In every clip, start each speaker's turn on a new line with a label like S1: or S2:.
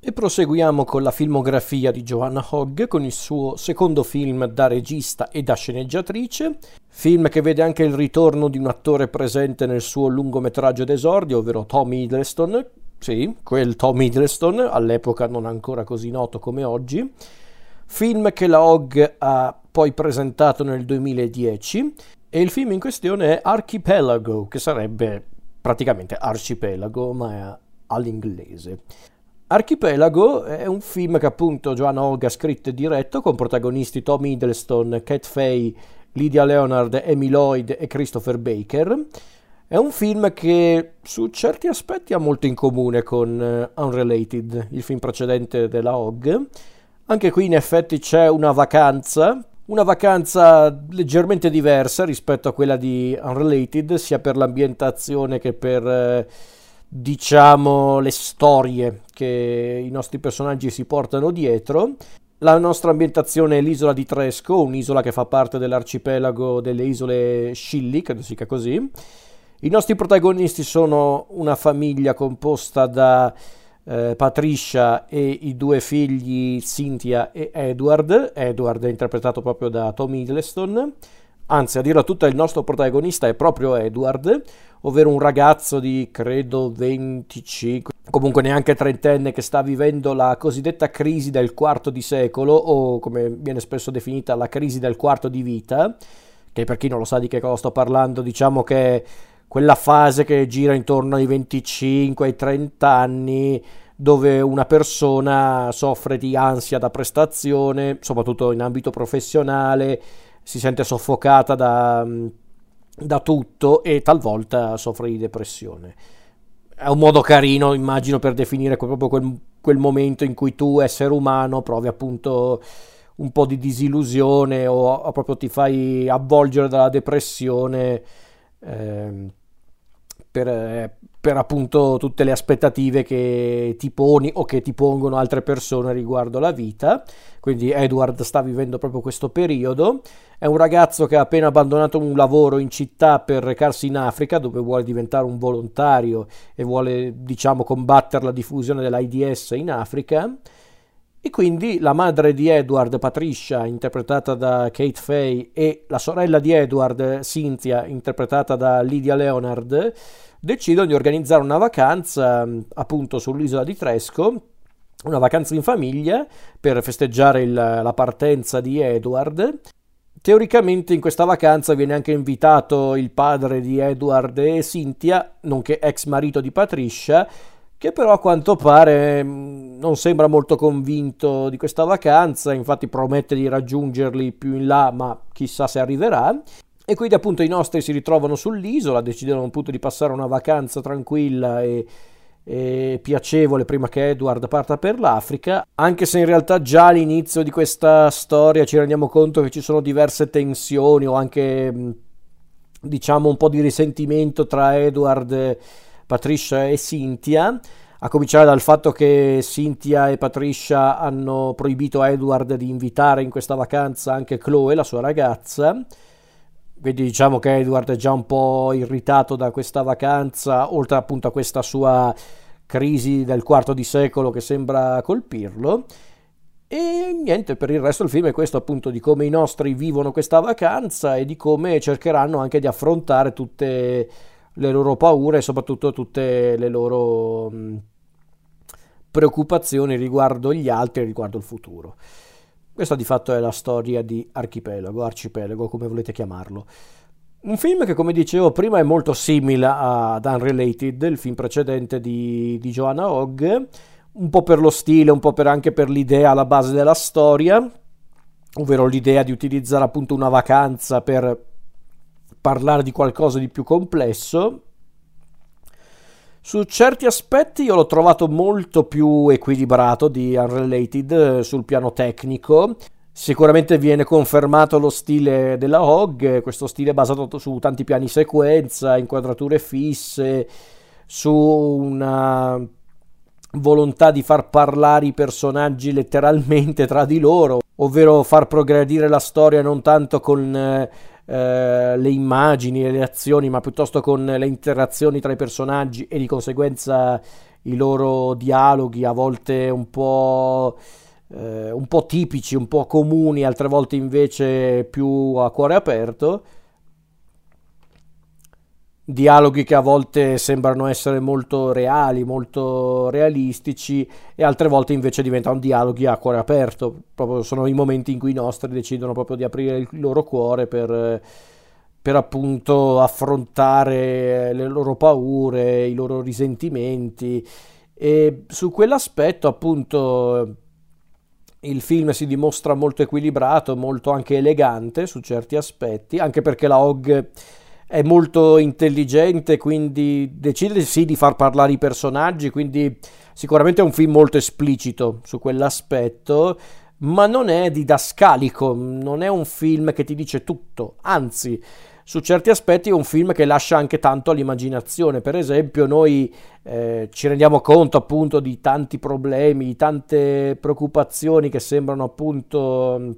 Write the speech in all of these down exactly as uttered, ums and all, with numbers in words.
S1: E proseguiamo con la filmografia di Joanna Hogg con il suo secondo film da regista e da sceneggiatrice, film che vede anche il ritorno di un attore presente nel suo lungometraggio d'esordio, ovvero Tom Hiddleston, sì, quel Tom Hiddleston, all'epoca non ancora così noto come oggi, film che la Hogg ha poi presentato nel duemiladieci, e il film in questione è Archipelago, che sarebbe praticamente arcipelago, ma è all'inglese. Archipelago è un film che appunto Joanna Hogg ha scritto e diretto con protagonisti Tom Hiddleston, Cat Fay, Lydia Leonard, Amy Lloyd e Christopher Baker. È un film che su certi aspetti ha molto in comune con Unrelated, il film precedente della Hogg. Anche qui in effetti c'è una vacanza, una vacanza leggermente diversa rispetto a quella di Unrelated, sia per l'ambientazione che per... Eh, diciamo le storie che i nostri personaggi si portano dietro. La nostra ambientazione è l'isola di Tresco, un'isola che fa parte dell'arcipelago delle isole Scilly, credo si chiama così. I nostri protagonisti sono una famiglia composta da eh, Patricia e i due figli Cynthia e Edward. Edward è interpretato proprio da Tom Hiddleston. Anzi, a dirla tutta, il nostro protagonista è proprio Edward, ovvero un ragazzo di, credo, venticinque, comunque neanche trentenne, che sta vivendo la cosiddetta crisi del quarto di secolo, o come viene spesso definita la crisi del quarto di vita, che per chi non lo sa di che cosa sto parlando, diciamo che è quella fase che gira intorno ai venticinque, ai trenta anni, dove una persona soffre di ansia da prestazione, soprattutto in ambito professionale, si sente soffocata da, da tutto e talvolta soffre di depressione. È un modo carino, immagino, per definire proprio quel, quel momento in cui tu, essere umano, provi appunto un po' di disillusione o, o proprio ti fai avvolgere dalla depressione eh, per, per appunto tutte le aspettative che ti poni o che ti pongono altre persone riguardo la vita. Quindi Edward sta vivendo proprio questo periodo. È un ragazzo che ha appena abbandonato un lavoro in città per recarsi in Africa, dove vuole diventare un volontario e vuole, diciamo, combattere la diffusione dell'AIDS in Africa. E quindi la madre di Edward, Patricia, interpretata da Kate Fay, e la sorella di Edward, Cynthia, interpretata da Lydia Leonard, decidono di organizzare una vacanza appunto sull'isola di Tresco, una vacanza in famiglia per festeggiare il, la partenza di Edward. Teoricamente in questa vacanza viene anche invitato il padre di Edward e Cynthia, nonché ex marito di Patricia, che però a quanto pare non sembra molto convinto di questa vacanza, infatti promette di raggiungerli più in là, ma chissà se arriverà. E quindi appunto i nostri si ritrovano sull'isola, decidono appunto di passare una vacanza tranquilla e, e piacevole prima che Edward parta per l'Africa, anche se in realtà già all'inizio di questa storia ci rendiamo conto che ci sono diverse tensioni o anche, diciamo, un po' di risentimento tra Edward, Patricia e Cynthia, a cominciare dal fatto che Cynthia e Patricia hanno proibito a Edward di invitare in questa vacanza anche Chloe, la sua ragazza. Quindi diciamo che Edward è già un po' irritato da questa vacanza, oltre appunto a questa sua crisi del quarto di secolo che sembra colpirlo. E niente, per il resto il film è questo, appunto, di come i nostri vivono questa vacanza e di come cercheranno anche di affrontare tutte le loro paure e soprattutto tutte le loro mh, preoccupazioni riguardo gli altri e riguardo il futuro. Questa di fatto è la storia di Archipelago, Arcipelago, come volete chiamarlo. Un film che, come dicevo prima, è molto simile ad Unrelated, il film precedente di, di Joanna Hogg, un po' per lo stile, un po' per anche per l'idea alla base della storia, ovvero l'idea di utilizzare appunto una vacanza per parlare di qualcosa di più complesso. Su certi aspetti io l'ho trovato molto più equilibrato di Unrelated sul piano tecnico. Sicuramente viene confermato lo stile della Hogg, questo stile basato su tanti piani sequenza, inquadrature fisse, su una volontà di far parlare i personaggi letteralmente tra di loro, ovvero far progredire la storia non tanto con eh, le immagini e le azioni, ma piuttosto con le interazioni tra i personaggi e di conseguenza i loro dialoghi, a volte un po', eh, un po' tipici, un po' comuni, altre volte invece più a cuore aperto. Dialoghi che a volte sembrano essere molto reali, molto realistici, e altre volte invece diventano dialoghi a cuore aperto. Proprio sono i momenti in cui i nostri decidono proprio di aprire il loro cuore per, per appunto affrontare le loro paure, i loro risentimenti. E su quell'aspetto appunto il film si dimostra molto equilibrato, molto anche elegante su certi aspetti, anche perché la Hogg è molto intelligente, quindi decide sì di far parlare i personaggi, quindi sicuramente è un film molto esplicito su quell'aspetto, ma non è didascalico, non è un film che ti dice tutto, anzi, su certi aspetti è un film che lascia anche tanto all'immaginazione. Per esempio, noi eh, ci rendiamo conto appunto di tanti problemi, di tante preoccupazioni che sembrano appunto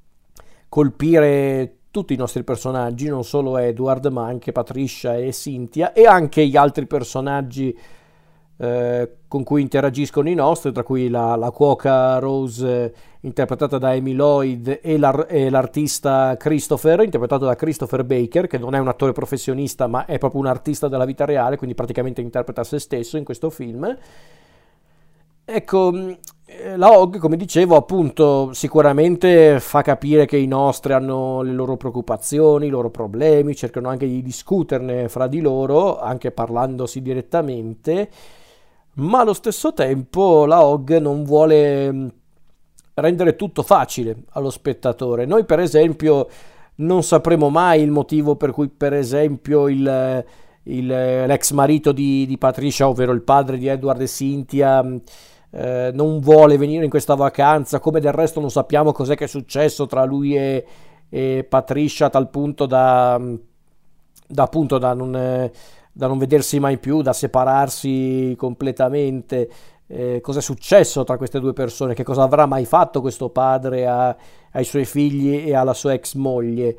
S1: colpire tutti i nostri personaggi, non solo Edward, ma anche Patricia e Cynthia, e anche gli altri personaggi eh, con cui interagiscono i nostri, tra cui la, la cuoca Rose, eh, interpretata da Amy Lloyd, e, l'ar- e l'artista Christopher, interpretato da Christopher Baker, che non è un attore professionista, ma è proprio un artista della vita reale, quindi praticamente interpreta se stesso in questo film. Ecco, la Hogg, come dicevo, appunto, sicuramente fa capire che i nostri hanno le loro preoccupazioni, i loro problemi, cercano anche di discuterne fra di loro, anche parlandosi direttamente, ma allo stesso tempo la Hogg non vuole rendere tutto facile allo spettatore. Noi, per esempio, non sapremo mai il motivo per cui, per esempio, il, il, l'ex marito di, di Patricia, ovvero il padre di Edward e Cynthia, Eh, non vuole venire in questa vacanza, come del resto non sappiamo cos'è che è successo tra lui e, e Patricia, a tal punto da, da appunto da non, eh, da non vedersi mai più, da separarsi completamente. Eh, cos'è successo tra queste due persone? Che cosa avrà mai fatto questo padre a, ai suoi figli e alla sua ex moglie?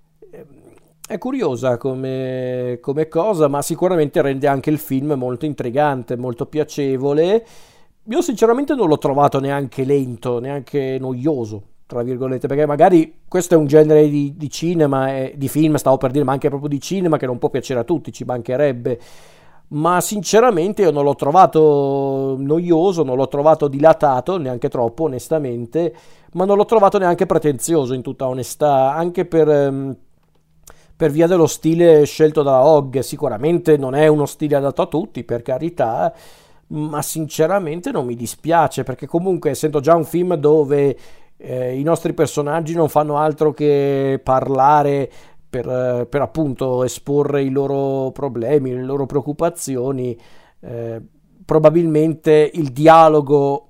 S1: È curiosa come, come cosa, ma sicuramente rende anche il film molto intrigante, molto piacevole. Io sinceramente non l'ho trovato neanche lento, neanche noioso, tra virgolette, perché magari questo è un genere di, di cinema, e, di film, stavo per dire, ma anche proprio di cinema, che non può piacere a tutti, ci mancherebbe. Ma sinceramente io non l'ho trovato noioso, non l'ho trovato dilatato, neanche troppo, onestamente, ma non l'ho trovato neanche pretenzioso, in tutta onestà, anche per... Ehm, per via dello stile scelto dalla Hogg. Sicuramente non è uno stile adatto a tutti, per carità, ma sinceramente non mi dispiace, perché comunque, essendo già un film dove eh, i nostri personaggi non fanno altro che parlare per, per appunto esporre i loro problemi, le loro preoccupazioni, eh, probabilmente il dialogo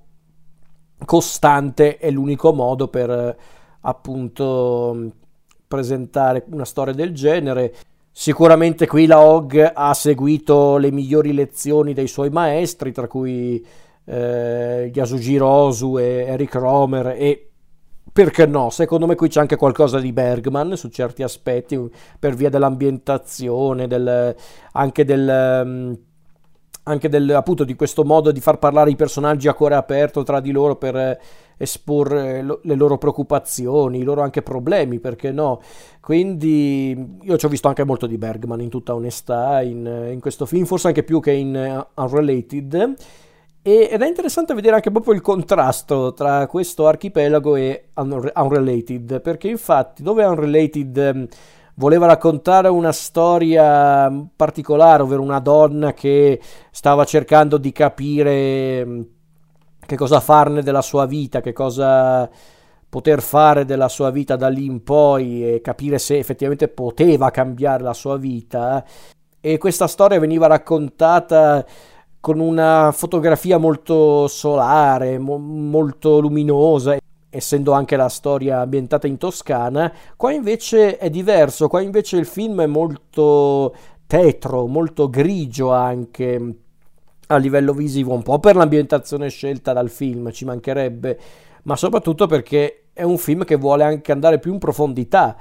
S1: costante è l'unico modo per appunto presentare una storia del genere. Sicuramente qui la Hogg ha seguito le migliori lezioni dei suoi maestri, tra cui eh, Yasujiro Ozu e Eric Romer, e perché no, secondo me qui c'è anche qualcosa di Bergman su certi aspetti, per via dell'ambientazione, del, anche del... Um, anche del, appunto, di questo modo di far parlare i personaggi a cuore aperto tra di loro per eh, esporre lo, le loro preoccupazioni, i loro anche problemi, perché no? Quindi io ci ho visto anche molto di Bergman, in tutta onestà, in, in questo film, forse anche più che in uh, Unrelated, e, ed è interessante vedere anche proprio il contrasto tra questo archipelago e Unre- Unrelated, perché infatti dove Unrelated um, voleva raccontare una storia particolare, ovvero una donna che stava cercando di capire che cosa farne della sua vita, che cosa poter fare della sua vita da lì in poi, e capire se effettivamente poteva cambiare la sua vita. E questa storia veniva raccontata con una fotografia molto solare, mo- molto luminosa, essendo anche la storia ambientata in Toscana. Qua invece è diverso, qua invece il film è molto tetro, molto grigio anche a livello visivo, un po' per l'ambientazione scelta dal film, ci mancherebbe, ma soprattutto perché è un film che vuole anche andare più in profondità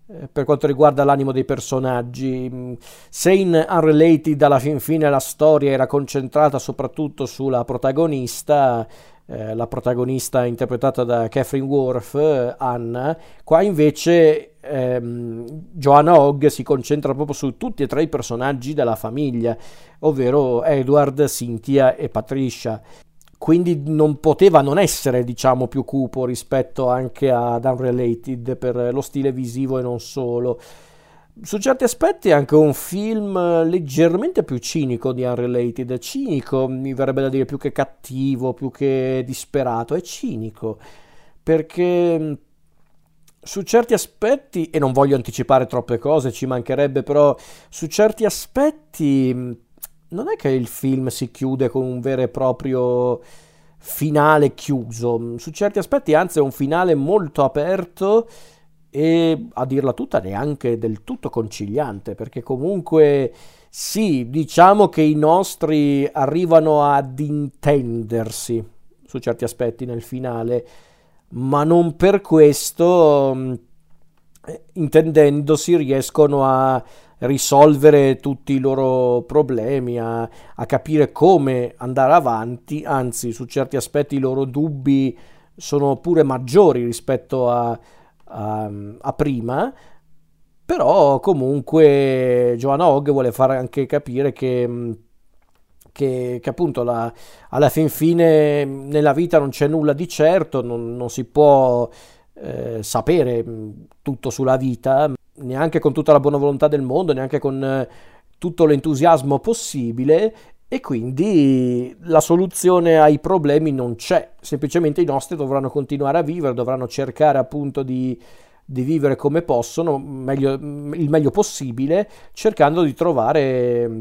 S1: eh, per quanto riguarda l'animo dei personaggi. Se in Unrelated alla fin fine la storia era concentrata soprattutto sulla protagonista, eh, la protagonista interpretata da Catherine Worth, eh, Anna, qua invece ehm, Joanna Hogg si concentra proprio su tutti e tre i personaggi della famiglia, ovvero Edward, Cynthia e Patricia. Quindi non poteva non essere, diciamo, più cupo rispetto anche ad Unrelated per lo stile visivo e non solo. Su certi aspetti è anche un film leggermente più cinico di Unrelated. Cinico, mi verrebbe da dire, più che cattivo, più che disperato, è cinico. Perché su certi aspetti, e non voglio anticipare troppe cose, ci mancherebbe, però su certi aspetti non è che il film si chiude con un vero e proprio finale chiuso. Su certi aspetti, anzi, è un finale molto aperto e, a dirla tutta, neanche del tutto conciliante, perché comunque sì, diciamo che i nostri arrivano ad intendersi su certi aspetti nel finale, ma non per questo, intendendosi, riescono a risolvere tutti i loro problemi, a, a capire come andare avanti. Anzi, su certi aspetti i loro dubbi sono pure maggiori rispetto a, a, a prima. Però comunque Joanna Hogg vuole fare anche capire che, che, che appunto la, alla fin fine nella vita non c'è nulla di certo, non, non si può eh, sapere tutto sulla vita, neanche con tutta la buona volontà del mondo, neanche con eh, tutto l'entusiasmo possibile, e quindi la soluzione ai problemi non c'è, semplicemente i nostri dovranno continuare a vivere, dovranno cercare appunto di, di vivere come possono, meglio, il meglio possibile, cercando di trovare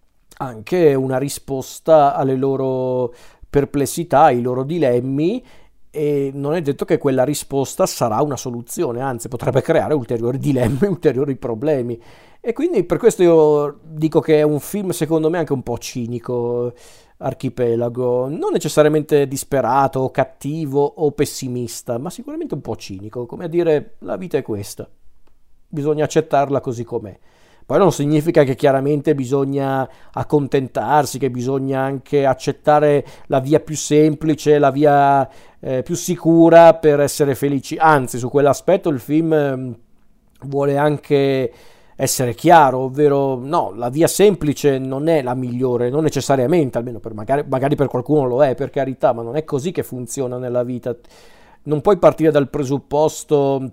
S1: anche una risposta alle loro perplessità, ai loro dilemmi. E non è detto che quella risposta sarà una soluzione, anzi potrebbe creare ulteriori dilemmi, ulteriori problemi. E quindi per questo io dico che è un film secondo me anche un po' cinico, Archipelago, non necessariamente disperato o cattivo o pessimista, ma sicuramente un po' cinico, come a dire la vita è questa, bisogna accettarla così com'è. Poi non significa che chiaramente bisogna accontentarsi, che bisogna anche accettare la via più semplice, la via eh, più sicura per essere felici. Anzi, su quell'aspetto il film eh, vuole anche essere chiaro, ovvero no, la via semplice non è la migliore, non necessariamente, almeno per magari, magari per qualcuno lo è, per carità, ma non è così che funziona nella vita. Non puoi partire dal presupposto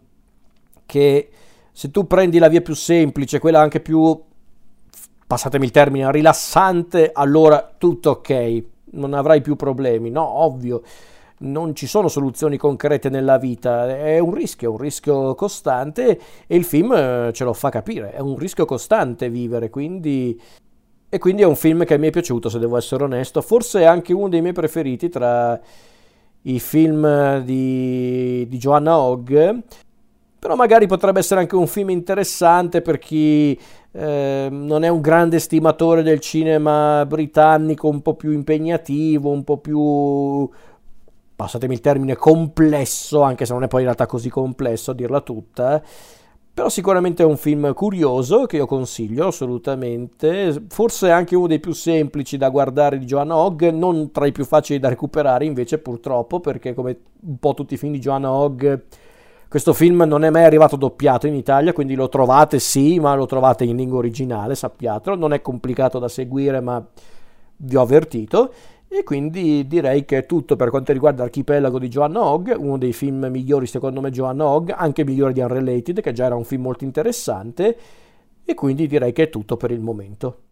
S1: che se tu prendi la via più semplice, quella anche più, passatemi il termine, rilassante, allora tutto ok, non avrai più problemi. No, ovvio, non ci sono soluzioni concrete nella vita, è un rischio, un rischio costante, e il film ce lo fa capire, è un rischio costante vivere, quindi... E quindi è un film che mi è piaciuto, se devo essere onesto, forse è anche uno dei miei preferiti tra i film di, di Joanna Hogg. Però magari potrebbe essere anche un film interessante per chi eh, non è un grande stimatore del cinema britannico, un po' più impegnativo, un po' più, passatemi il termine, complesso, anche se non è poi in realtà così complesso a dirla tutta. Però sicuramente è un film curioso che io consiglio assolutamente, forse anche uno dei più semplici da guardare di Joanna Hogg, non tra i più facili da recuperare invece, purtroppo, perché come un po' tutti i film di Joanna Hogg, questo film non è mai arrivato doppiato in Italia, quindi lo trovate sì, ma lo trovate in lingua originale, sappiatelo, non è complicato da seguire, ma vi ho avvertito. E quindi direi che è tutto per quanto riguarda Archipelago di Joanna Hogg, uno dei film migliori secondo me Joanna Hogg, anche migliore di Unrelated, che già era un film molto interessante, e quindi direi che è tutto per il momento.